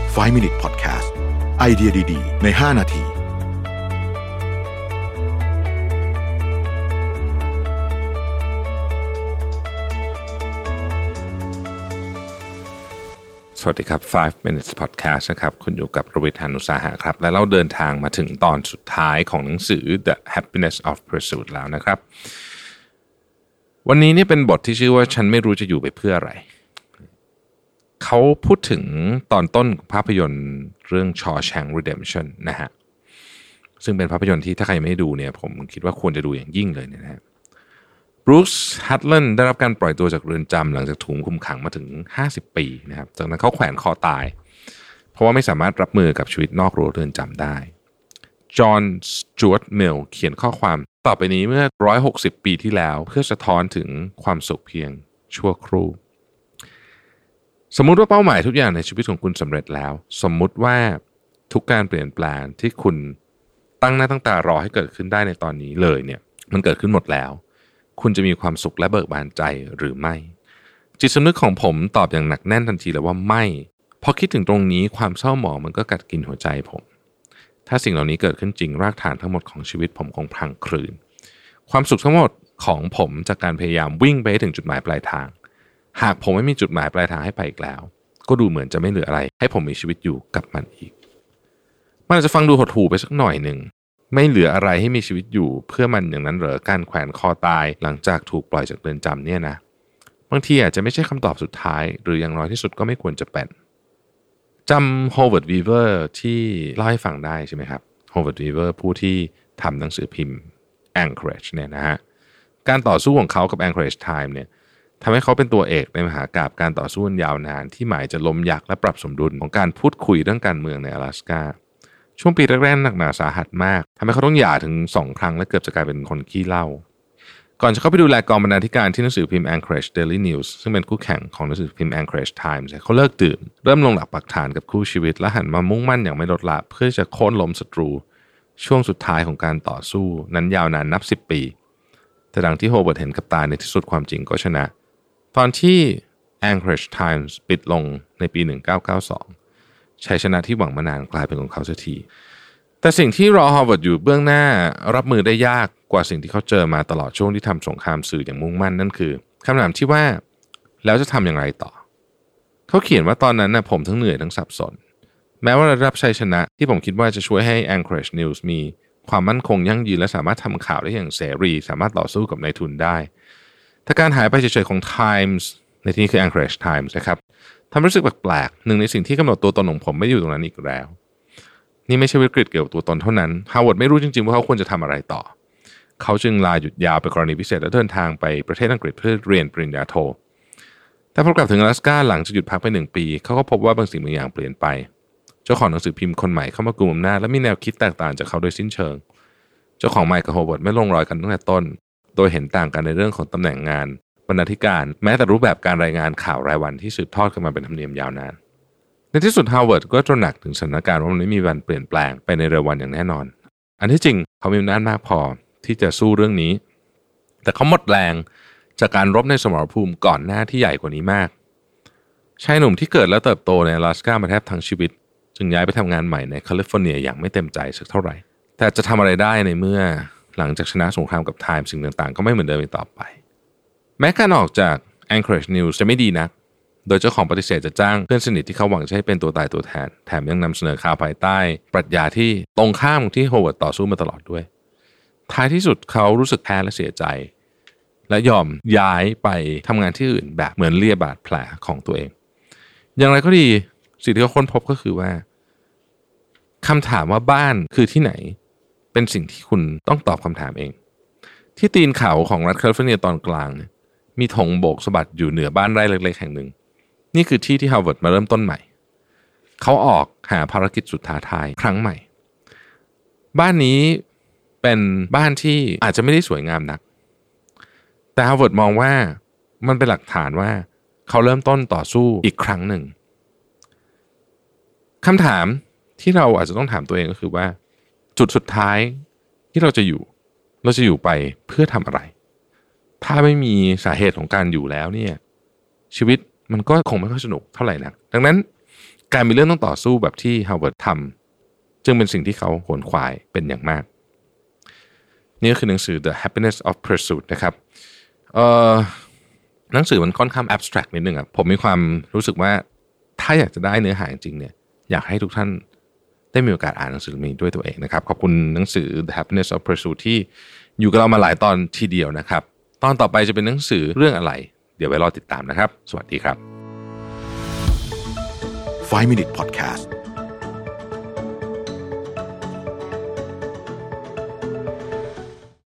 5 Minute Podcast ไอเดียดีๆใน5นาทีสวัสดีครับ 5 Minutes Podcast นะครับคุณอยู่กับประวิทย์ หาญอุตสาหะครับและเราเดินทางมาถึงตอนสุดท้ายของหนังสือ The Happiness of Pursuit แล้วนะครับวันนี้นี่เป็นบทที่ชื่อว่าฉันไม่รู้จะอยู่ไปเพื่ออะไรเขาพูดถึงตอนต้นภาพยนตร์เรื่อง Shawshank Redemption นะฮะซึ่งเป็นภาพยนตร์ที่ถ้าใครไม่ดูเนี่ยผมคิดว่าควรจะดูอย่างยิ่งเลยนะฮะบรูซ ฮัตเลนได้รับการปล่อยตัวจากเรือนจำหลังจากถูกคุมขังมาถึง50ปีนะครับจากนั้นเขาแขวนคอตายเพราะว่าไม่สามารถรับมือกับชีวิตนอกรั้วเรือนจำได้จอห์น สจ๊วต มิลเขียนข้อความต่อไปนี้เมื่อ160ปีที่แล้วเพื่อสะท้อนถึงความสุขเพียงชั่วครู่สมมุติว่าเป้าหมายทุกอย่างในชีวิตของคุณสำเร็จแล้วสมมุติว่าทุกการเปลี่ยนแปลงที่คุณตั้งหน้าตั้งตารอให้เกิดขึ้นได้ในตอนนี้เลยเนี่ยมันเกิดขึ้นหมดแล้วคุณจะมีความสุขและเบิกบานใจหรือไม่จิตสำนึกของผมตอบอย่างหนักแน่นทันทีเลยว่าไม่พอคิดถึงตรงนี้ความเศร้าหมองมันก็กัดกินหัวใจผมถ้าสิ่งเหล่านี้เกิดขึ้นจริงรากฐานทั้งหมดของชีวิตผมคงพังคลืนความสุขทั้งหมดของผมจากการพยายามวิ่งไปให้ถึงจุดหมายปลายทางหากผมไม่มีจุดหมายปลายทางให้ไปอีกแล้วก็ดูเหมือนจะไม่เหลืออะไรให้ผมมีชีวิตอยู่กับมันอีกมันอาจจะฟังดูหดหู่ไปสักหน่อยนึงไม่เหลืออะไรให้มีชีวิตอยู่เพื่อมันอย่างนั้นเหรอการแขวนคอตายหลังจากถูกปล่อยจากเรือนจำเนี่ยนะบางทีอาจจะไม่ใช่คำตอบสุดท้ายหรืออย่างน้อยที่สุดก็ไม่ควรจะเป็นจำโฮเวิร์ด วีเวอร์ที่เล่าให้ฟังได้ใช่ไหมครับโฮเวิร์ด วีเวอร์ผู้ที่ทำหนังสือพิมพ์ Anchorage เนี่ยนะฮะการต่อสู้ของเขากับ Anchorage Time เนี่ยทำให้เขาเป็นตัวเอกในมหากาพย์การต่อสู้ยาวนานที่หมายจะล้มยักษ์และปรับสมดุลของการพูดคุยเรื่องการเมืองใน阿拉斯加ช่วงปีแรกๆหนักหนาสาหัสมากทำให้เขาต้องหย่าถึง2ครั้งและเกือบจะกลายเป็นคนขี้เหล้าก่อนจะเข้าไปดูแลกองบรรณาธิการที่หนังสือพิมพ์ Anchorage Daily News ซึ่งเป็นคู่แข่งของหนังสือพิมพ์ Anchorage Times เขาเลิกดื่มเริ่มลงหลักปักฐานกับคู่ชีวิตและหันมามุ่งมั่นอย่างไม่ลดละเพื่อจะโค่นล้มศัตรูช่วงสุดท้ายของการต่อสู้นั้นยาวนานนับ10ปีแต่ดังที่โฮเวิร์ดเห็นกับตาในที่สุดความจริงก็ชนะตอนที่ Anchorage Times ปิดลงในปี1992ชัยชนะที่หวังมานานกลายเป็นของเขาเสียทีแต่สิ่งที่รอฮาร์วาร์ดอยู่เบื้องหน้ารับมือได้ยากกว่าสิ่งที่เขาเจอมาตลอดช่วงที่ทำสงครามสื่ออย่างมุ่งมั่นนั่นคือคำถามที่ว่าแล้วจะทำอย่างไรต่อเขาเขียนว่าตอนนั้นนะผมทั้งเหนื่อยทั้งสับสนแม้ว่าระดับชัยชนะที่ผมคิดว่าจะช่วยให้ Anchorage News มีความมั่นคงยั่งยืนและสามารถทำข่าวได้อย่างเสรีสามารถต่อสู้กับนายทุนได้แต่การหายไปเฉยๆของ Times ในที่นี้คือ Anchorage Times นะครับทำให้รู้สึกแปลกๆหนึ่งในสิ่งที่กำหนดตัวตนของผมไม่อยู่ตรงนั้นอีกแล้วนี่ไม่ใช่วิกฤตเกี่ยวกับตัวตนเท่านั้นฮาวเวิร์ดไม่รู้จริงๆว่าเขาควรจะทำอะไรต่อเขาจึงลาหยุดยาวไปกรณีพิเศษและเดินทางไปประเทศอังกฤษเพื่อเรียนปริญญาโทแต่พอกลับถึง阿拉斯加หลังจากหยุดพักไป1ปีเขาก็พบว่าบางสิ่งบางอย่างเปลี่ยนไปเจ้าของหนังสือพิมพ์คนใหม่เข้ามากุมอำนาจและมีแนวคิดแตกต่างจากเขาโดยสิ้นเชิงเจ้าของใหม่กับฮาวเวิร์ดไม่ลงรอยกันตั้งแต่ต้นโดยเห็นต่างกันในเรื่องของตำแหน่งงานบรรณาธิการแม้แต่รูปแบบการรายงานข่าวรายวันที่สืบทอดกันมาเป็นธรรมเนียมยาวนานในที่สุดฮาวเวิร์ดก็ตระหนักถึงสถานการณ์ว่ามันไม่มีวันเปลี่ยนแปลงไปในเร็ววันอย่างแน่นอนอันที่จริงเขามีอำนาจมากพอที่จะสู้เรื่องนี้แต่เขาหมดแรงจากการรบในสมรภูมิก่อนหน้าที่ใหญ่กว่านี้มากชายหนุ่มที่เกิดและเติบโตใน阿拉斯加มาแทบทั้งชีวิตจึงย้ายไปทำงานใหม่ในแคลิฟอร์เนียอย่างไม่เต็มใจสักเท่าไหร่แต่จะทำอะไรได้ในเมื่อหลังจากชนะสงครามกับไทม์สิ่งต่างๆก็ไม่เหมือนเดิมอีกต่อไปแม้การออกจาก Anchorage News จะไม่ดีนักโดยเจ้าของปฏิเสธจะจ้างเพื่อนสนิทที่เขาหวังจะให้เป็นตัวตายตัวแทนแถมยังนำเสนอข่าวภายใต้ปรัชญาที่ตรงข้ามที่โฮเวิร์ดต่อสู้มาตลอดด้วยท้ายที่สุดเขารู้สึกแพ้และเสียใจและยอมย้ายไปทำงานที่อื่นแบบเหมือนเลียบาดแผลของตัวเองอย่างไรก็ดีสิ่งที่เขาค้นพบก็คือว่าคำถามว่าบ้านคือที่ไหนเป็นสิ่งที่คุณต้องตอบคำถามเองที่ตีนเขาของรัฐแคลิฟอร์เนียตอนกลางเนี่ยมีธงโบกสะบัดอยู่เหนือบ้านไร่เล็กๆแห่งหนึ่งนี่คือที่ฮาร์วาร์ดมาเริ่มต้นใหม่เขาออกหาภารกิจสุดท้าทายครั้งใหม่บ้านนี้เป็นบ้านที่อาจจะไม่ได้สวยงามนักแต่ฮาร์วาร์ดมองว่ามันเป็นหลักฐานว่าเขาเริ่มต้นต่อสู้อีกครั้งหนึ่งคำถามที่เราอาจจะต้องถามตัวเองก็คือว่าจุดสุดท้ายที่เราจะอยู่ไปเพื่อทำอะไรถ้าไม่มีสาเหตุของการอยู่แล้วเนี่ยชีวิตมันก็คงไม่ค่อยสนุกเท่าไหร่นักดังนั้นการมีเรื่องต้องต่อสู้แบบที่ฮาวเวิร์ดทำจึงเป็นสิ่งที่เขาขวนขวายเป็นอย่างมากนี่ก็คือหนังสือ The Happiness of Pursuit นะครับหนังสือมันค่อนข้าง abstract นิดนึงอ่ะผมมีความรู้สึกว่าถ้าอยากจะได้เนื้อหาจริงๆเนี่ยอยากให้ทุกท่านได้มีโอกาสอ่านหนังสือนี้ด้วยตัวเองนะครับขอบคุณหนังสือ The Happiness of Pursuit ที่อยู่กับเรามาหลายตอนทีเดียวนะครับตอนต่อไปจะเป็นหนังสือเรื่องอะไรเดี๋ยวไว้รอติดตามนะครับสวัสดีครับ 5 Minute Podcast